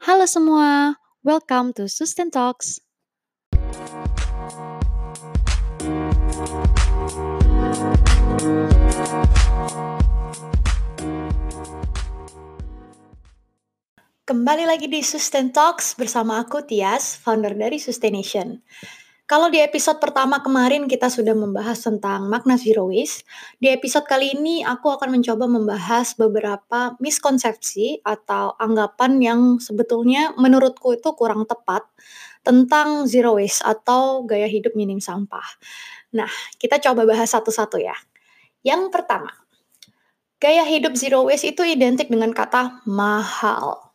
Halo semua, welcome to Sustain Talks. Kembali lagi di Sustain Talks bersama aku Tias, founder dari Sustaination. Kalau di episode pertama kemarin kita sudah membahas tentang makna zero waste, di episode kali ini aku akan mencoba membahas beberapa miskonsepsi atau anggapan yang sebetulnya menurutku itu kurang tepat tentang zero waste atau gaya hidup minim sampah. Nah, kita coba bahas satu-satu ya. Yang pertama, gaya hidup zero waste itu identik dengan kata mahal.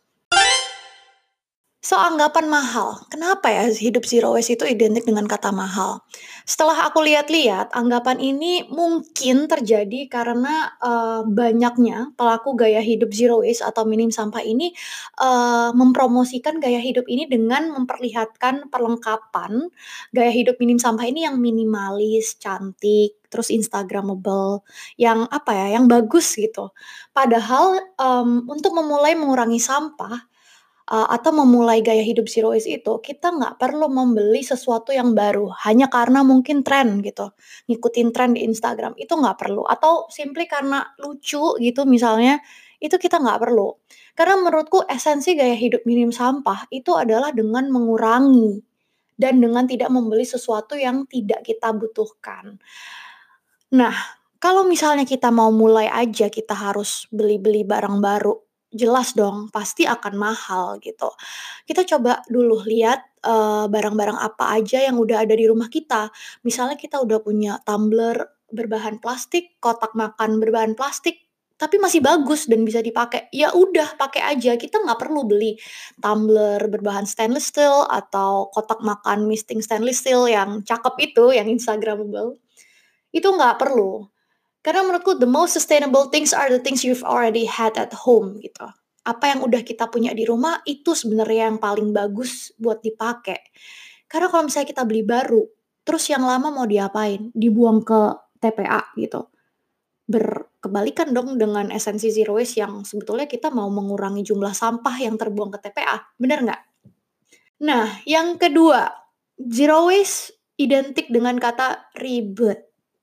So, anggapan mahal. Kenapa ya hidup zero waste itu identik dengan kata mahal? Setelah aku lihat-lihat, anggapan ini mungkin terjadi karena banyaknya pelaku gaya hidup zero waste atau minim sampah ini mempromosikan gaya hidup ini dengan memperlihatkan perlengkapan gaya hidup minim sampah ini yang minimalis, cantik, terus instagramable, yang apa ya, yang bagus gitu. Padahal untuk memulai mengurangi sampah atau memulai gaya hidup zero waste itu, kita nggak perlu membeli sesuatu yang baru, hanya karena mungkin tren gitu, ngikutin tren di Instagram, itu nggak perlu. Atau simply karena lucu gitu misalnya, itu kita nggak perlu. Karena menurutku esensi gaya hidup minim sampah itu adalah dengan mengurangi, dan dengan tidak membeli sesuatu yang tidak kita butuhkan. Nah, kalau misalnya kita mau mulai aja kita harus beli-beli barang baru, jelas dong pasti akan mahal gitu. Kita coba dulu lihat, barang-barang apa aja yang udah ada di rumah kita. Misalnya kita udah punya tumbler berbahan plastik, kotak makan berbahan plastik, tapi masih bagus dan bisa dipakai, ya udah pakai aja, kita nggak perlu beli tumbler berbahan stainless steel atau kotak makan misting stainless steel yang cakep itu, yang instagramable. Itu nggak perlu. Karena menurutku the most sustainable things are the things you've already had at home gitu. Apa yang udah kita punya di rumah itu sebenarnya yang paling bagus buat dipakai. Karena kalau misalnya kita beli baru, terus yang lama mau diapain? Dibuang ke TPA gitu. Berkebalikan dong dengan esensi zero waste yang sebetulnya kita mau mengurangi jumlah sampah yang terbuang ke TPA, bener nggak? Nah, yang kedua, zero waste identik dengan kata ribet.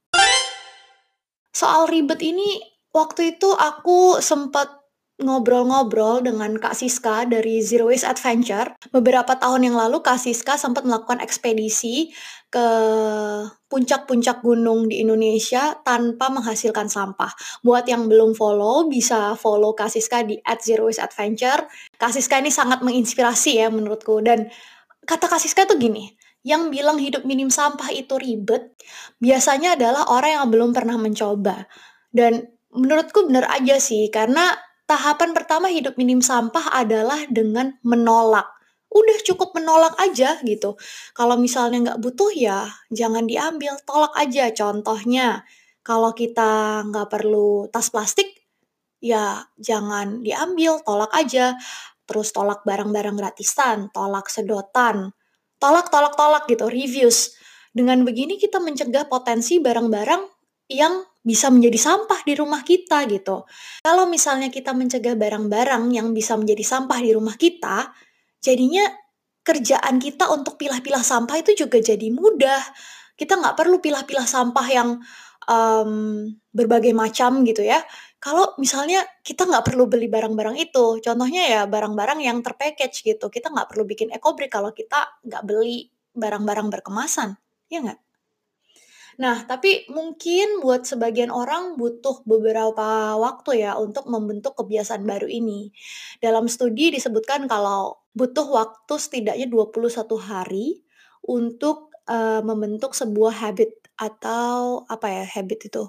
Soal ribet ini, waktu itu aku sempat ngobrol-ngobrol dengan Kak Siska dari Zero Waste Adventure. Beberapa tahun yang lalu Kak Siska sempat melakukan ekspedisi ke puncak-puncak gunung di Indonesia tanpa menghasilkan sampah. Buat yang belum follow, bisa follow Kak Siska di @zerowasteadventure. Kak Siska ini sangat menginspirasi ya menurutku, dan kata Kak Siska tuh gini, yang bilang hidup minim sampah itu ribet, biasanya adalah orang yang belum pernah mencoba. Dan menurutku bener aja sih, karena tahapan pertama hidup minim sampah adalah dengan menolak. Udah cukup menolak aja gitu. Kalau misalnya nggak butuh ya jangan diambil, tolak aja. Contohnya, kalau kita nggak perlu tas plastik, ya jangan diambil, tolak aja. Terus tolak barang-barang gratisan, tolak sedotan, tolak tolak tolak gitu, reviews. Dengan begini kita mencegah potensi barang-barang yang bisa menjadi sampah di rumah kita gitu. Kalau misalnya kita mencegah barang-barang yang bisa menjadi sampah di rumah kita, jadinya kerjaan kita untuk pilah-pilah sampah itu juga jadi mudah. Kita nggak perlu pilah-pilah sampah yang berbagai macam gitu ya. Kalau misalnya kita nggak perlu beli barang-barang itu, contohnya ya barang-barang yang terpackage gitu, kita nggak perlu bikin ekobrik kalau kita nggak beli barang-barang berkemasan, ya nggak? Nah, tapi mungkin buat sebagian orang butuh beberapa waktu ya untuk membentuk kebiasaan baru ini. Dalam studi disebutkan kalau butuh waktu setidaknya 21 hari untuk, membentuk sebuah habit atau apa ya habit itu,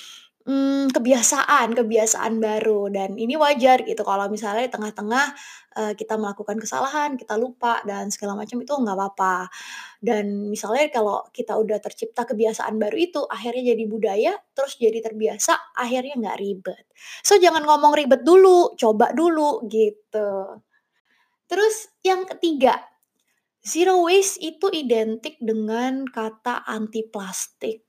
kebiasaan kebiasaan baru, dan ini wajar gitu kalau misalnya di tengah-tengah, kita melakukan kesalahan, kita lupa dan segala macam itu nggak apa-apa. Dan misalnya kalau kita udah tercipta kebiasaan baru itu, akhirnya jadi budaya, terus jadi terbiasa, akhirnya nggak ribet. So, jangan ngomong ribet dulu, coba dulu, gitu. Terus yang ketiga, zero waste itu identik dengan kata anti plastik.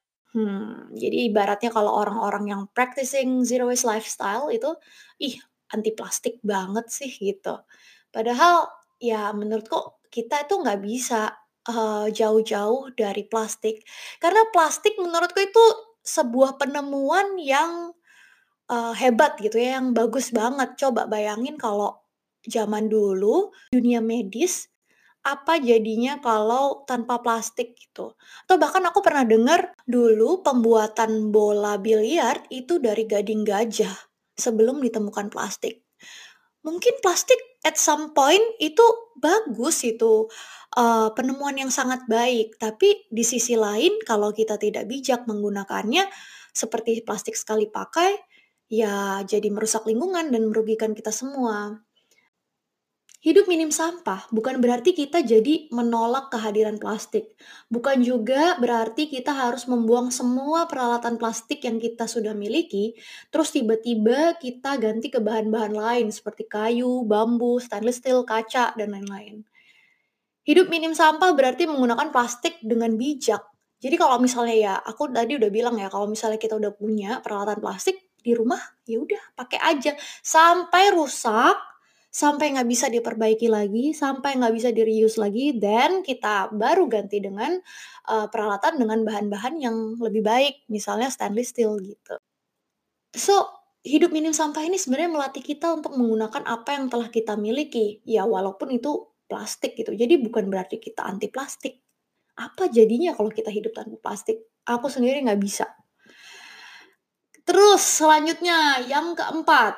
Jadi ibaratnya kalau orang-orang yang practicing zero waste lifestyle itu, ih, anti plastik banget sih gitu. Padahal ya menurutku kita itu nggak bisa, jauh-jauh dari plastik. Karena plastik menurutku itu sebuah penemuan yang, hebat gitu ya, yang bagus banget. Coba bayangin kalau zaman dulu dunia medis apa jadinya kalau tanpa plastik gitu? Atau bahkan aku pernah dengar dulu pembuatan bola biliar itu dari gading gajah sebelum ditemukan plastik. Mungkin plastik at some point itu bagus itu, penemuan yang sangat baik, tapi di sisi lain kalau kita tidak bijak menggunakannya seperti plastik sekali pakai, ya jadi merusak lingkungan dan merugikan kita semua. Hidup minim sampah bukan berarti kita jadi menolak kehadiran plastik. Bukan juga berarti kita harus membuang semua peralatan plastik yang kita sudah miliki, terus tiba-tiba kita ganti ke bahan-bahan lain seperti kayu, bambu, stainless steel, kaca, dan lain-lain. Hidup minim sampah berarti menggunakan plastik dengan bijak. Jadi kalau misalnya ya, aku tadi udah bilang ya, kalau misalnya kita udah punya peralatan plastik di rumah, ya udah pakai aja sampai rusak, sampai nggak bisa diperbaiki lagi, sampai nggak bisa di-reuse lagi, dan kita baru ganti dengan, peralatan dengan bahan-bahan yang lebih baik, misalnya stainless steel gitu. So, hidup minim sampah ini sebenarnya melatih kita untuk menggunakan apa yang telah kita miliki, ya walaupun itu plastik gitu. Jadi bukan berarti kita anti plastik. Apa jadinya kalau kita hidup tanpa plastik? Aku sendiri nggak bisa. Terus selanjutnya yang keempat,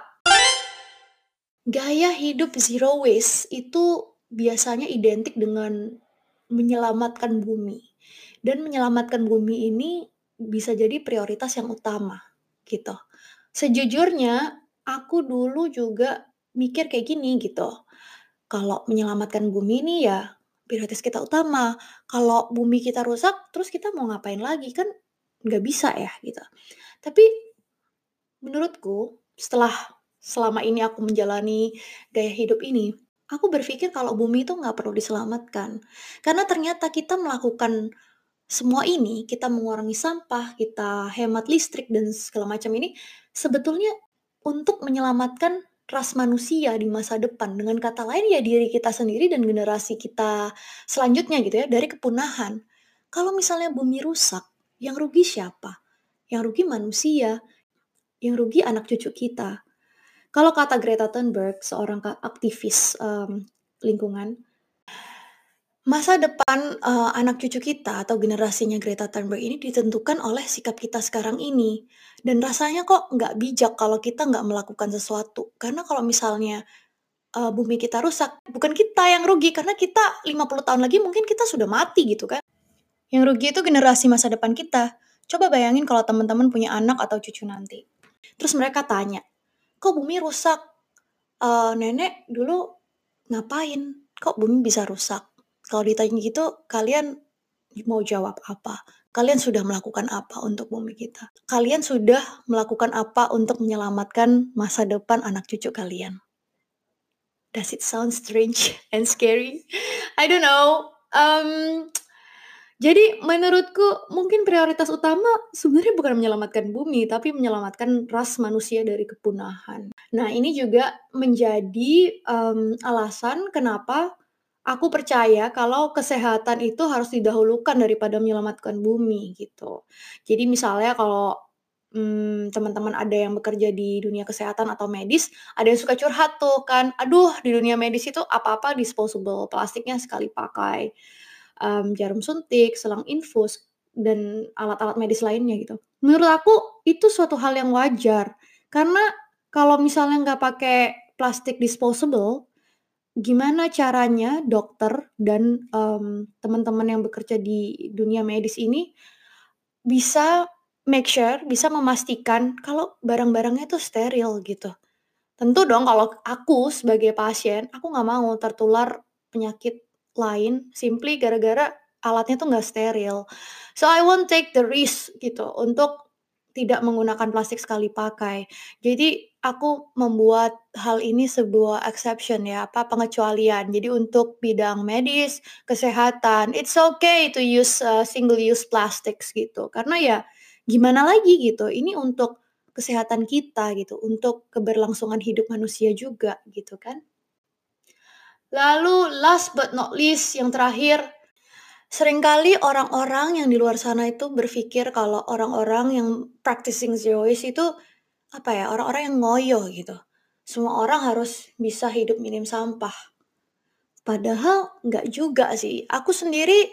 gaya hidup zero waste itu biasanya identik dengan menyelamatkan bumi. Dan menyelamatkan bumi ini bisa jadi prioritas yang utama, gitu. Sejujurnya, aku dulu juga mikir kayak gini gitu, kalau menyelamatkan bumi ini ya prioritas kita utama. Kalau bumi kita rusak, terus kita mau ngapain lagi? Kan nggak bisa ya gitu. Tapi menurutku selama ini aku menjalani gaya hidup ini, aku berpikir kalau bumi itu nggak perlu diselamatkan. Karena ternyata kita melakukan semua ini, kita mengurangi sampah, kita hemat listrik dan segala macam ini, sebetulnya untuk menyelamatkan ras manusia di masa depan. Dengan kata lain ya diri kita sendiri dan generasi kita selanjutnya gitu ya, dari kepunahan. Kalau misalnya bumi rusak, yang rugi siapa? Yang rugi manusia, yang rugi anak cucu kita. Kalau kata Greta Thunberg, seorang aktivis, lingkungan, masa depan, anak cucu kita atau generasinya Greta Thunberg ini ditentukan oleh sikap kita sekarang ini. Dan rasanya kok nggak bijak kalau kita nggak melakukan sesuatu. Karena kalau misalnya, bumi kita rusak, bukan kita yang rugi, karena kita 50 tahun lagi mungkin kita sudah mati gitu kan. Yang rugi itu generasi masa depan kita. Coba bayangin kalau teman-teman punya anak atau cucu nanti. Terus mereka tanya, "Kok bumi rusak? Nenek dulu ngapain? Kok bumi bisa rusak?" Kalau ditanya gitu, kalian mau jawab apa? Kalian sudah melakukan apa untuk bumi kita? Kalian sudah melakukan apa untuk menyelamatkan masa depan anak cucu kalian? Does it sound strange and scary? I don't know. Jadi menurutku mungkin prioritas utama sebenarnya bukan menyelamatkan bumi, tapi menyelamatkan ras manusia dari kepunahan. Nah, ini juga menjadi, alasan kenapa aku percaya kalau kesehatan itu harus didahulukan daripada menyelamatkan bumi, gitu. Jadi misalnya kalau, teman-teman ada yang bekerja di dunia kesehatan atau medis, ada yang suka curhat tuh kan, "Aduh, di dunia medis itu apa-apa disposable, plastiknya sekali pakai." Jarum suntik, selang infus, dan alat-alat medis lainnya gitu. Menurut aku itu suatu hal yang wajar, karena kalau misalnya nggak pakai plastik disposable, gimana caranya dokter dan, teman-teman yang bekerja di dunia medis ini bisa make sure, bisa memastikan kalau barang-barangnya itu steril gitu. Tentu dong kalau aku sebagai pasien, aku nggak mau tertular penyakit lain simply gara-gara alatnya tuh nggak steril. So, I won't take the risk gitu untuk tidak menggunakan plastik sekali pakai. Jadi aku membuat hal ini sebuah exception ya, apa, pengecualian. Jadi untuk bidang medis, kesehatan, it's okay to use, single use plastics gitu. Karena ya gimana lagi gitu, ini untuk kesehatan kita gitu, untuk keberlangsungan hidup manusia juga gitu kan. Lalu last but not least yang terakhir, seringkali orang-orang yang di luar sana itu berpikir kalau orang-orang yang practicing zero waste itu, apa ya, orang-orang yang ngoyo gitu. Semua orang harus bisa hidup minim sampah. Padahal nggak juga sih. Aku sendiri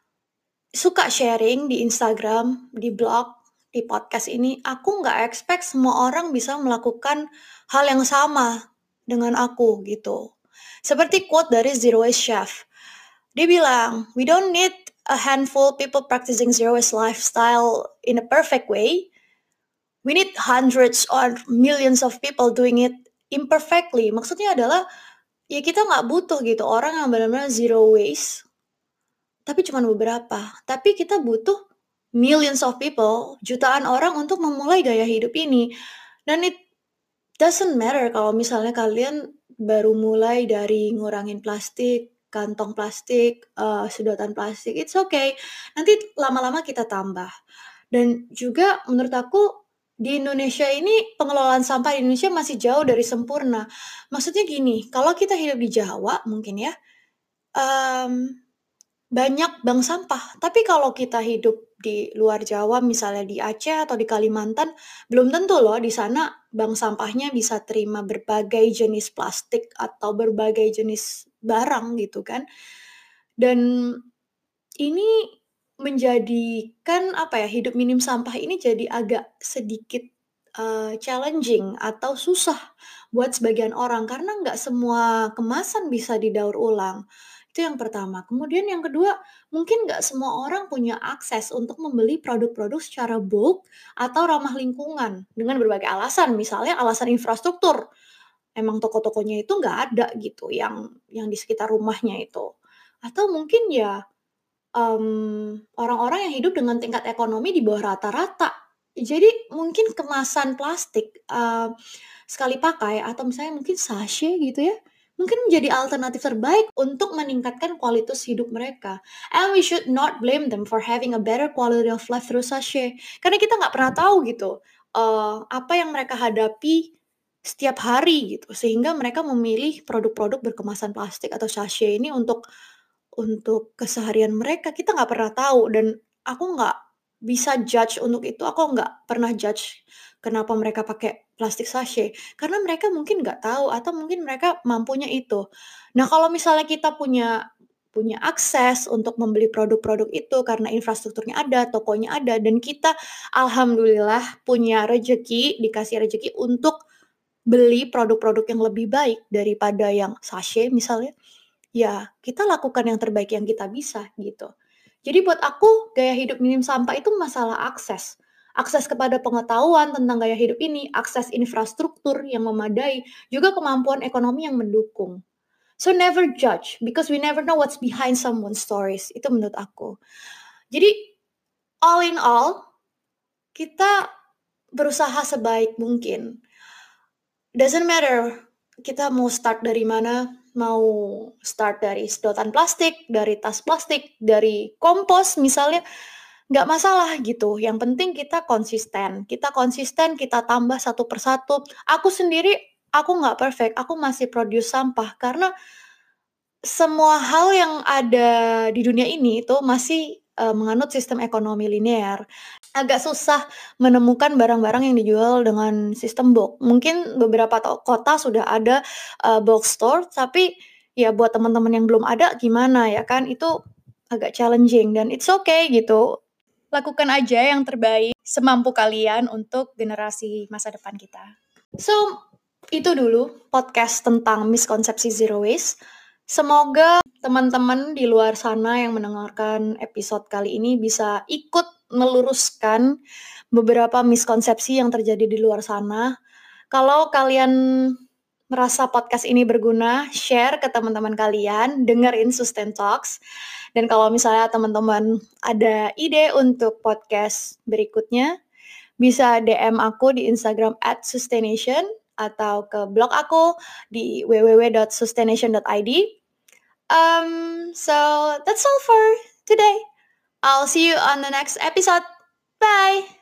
suka sharing di Instagram, di blog, di podcast ini. Aku nggak expect semua orang bisa melakukan hal yang sama dengan aku gitu. Seperti quote dari Zero Waste Chef. Dia bilang, "We don't need a handful people practicing zero waste lifestyle in a perfect way. We need hundreds or millions of people doing it imperfectly." Maksudnya adalah, ya kita nggak butuh gitu orang yang benar-benar zero waste, tapi cuma beberapa. Tapi kita butuh millions of people, jutaan orang untuk memulai gaya hidup ini. Dan it doesn't matter kalau misalnya kalian baru mulai dari ngurangin plastik, kantong plastik, sedotan plastik, it's okay. Nanti lama-lama kita tambah. Dan juga menurut aku di Indonesia ini pengelolaan sampah di Indonesia masih jauh dari sempurna. Maksudnya gini, kalau kita hidup di Jawa mungkin ya, mmm, banyak bank sampah, tapi kalau kita hidup di luar Jawa, misalnya di Aceh atau di Kalimantan, belum tentu loh di sana bank sampahnya bisa terima berbagai jenis plastik atau berbagai jenis barang gitu kan. Dan ini menjadikan, apa ya, hidup minim sampah ini jadi agak sedikit, challenging atau susah buat sebagian orang karena nggak semua kemasan bisa didaur ulang. Itu yang pertama. Kemudian yang kedua, mungkin nggak semua orang punya akses untuk membeli produk-produk secara bulk atau ramah lingkungan dengan berbagai alasan, misalnya alasan infrastruktur. Emang toko-tokonya itu nggak ada gitu yang di sekitar rumahnya itu. Atau mungkin ya orang-orang yang hidup dengan tingkat ekonomi di bawah rata-rata. Jadi mungkin kemasan plastik, sekali pakai atau misalnya mungkin sachet gitu ya, mungkin menjadi alternatif terbaik untuk meningkatkan kualitas hidup mereka. And we should not blame them for having a better quality of life through sachet. Karena kita nggak pernah tahu gitu, apa yang mereka hadapi setiap hari gitu, sehingga mereka memilih produk-produk berkemasan plastik atau sachet ini untuk keseharian mereka, kita nggak pernah tahu dan aku nggak bisa judge untuk itu, aku nggak pernah judge kenapa mereka pakai plastik sachet, karena mereka mungkin nggak tahu atau mungkin mereka mampunya itu. Nah, kalau misalnya kita punya punya akses untuk membeli produk-produk itu karena infrastrukturnya ada, tokonya ada, dan kita alhamdulillah punya rejeki, dikasih rejeki untuk beli produk-produk yang lebih baik daripada yang sachet misalnya. Ya, kita lakukan yang terbaik yang kita bisa, gitu. Jadi buat aku, gaya hidup minim sampah itu masalah akses. Akses kepada pengetahuan tentang gaya hidup ini, akses infrastruktur yang memadai, juga kemampuan ekonomi yang mendukung. So never judge, because we never know what's behind someone's stories. Itu menurut aku. Jadi, all in all, kita berusaha sebaik mungkin. Doesn't matter kita mau start dari mana, mau start dari sedotan plastik, dari tas plastik, dari kompos misalnya, nggak masalah gitu, yang penting kita konsisten, kita tambah satu persatu. Aku sendiri, aku nggak perfect, aku masih produce sampah karena semua hal yang ada di dunia ini itu masih, menganut sistem ekonomi linear. Agak susah menemukan barang-barang yang dijual dengan sistem bulk. Mungkin beberapa kota sudah ada, bulk store, tapi ya buat teman-teman yang belum ada gimana ya kan, itu agak challenging dan it's okay gitu. Lakukan aja yang terbaik semampu kalian untuk generasi masa depan kita. So, itu dulu podcast tentang miskonsepsi zero waste. Semoga teman-teman di luar sana yang mendengarkan episode kali ini bisa ikut meluruskan beberapa miskonsepsi yang terjadi di luar sana. Kalau kalian merasa podcast ini berguna, share ke teman-teman kalian, dengerin Sustain Talks. Dan kalau misalnya teman-teman ada ide untuk podcast berikutnya, bisa DM aku di Instagram @sustaination atau ke blog aku di www.sustaination.id. So that's all for today. I'll see you on the next episode. Bye!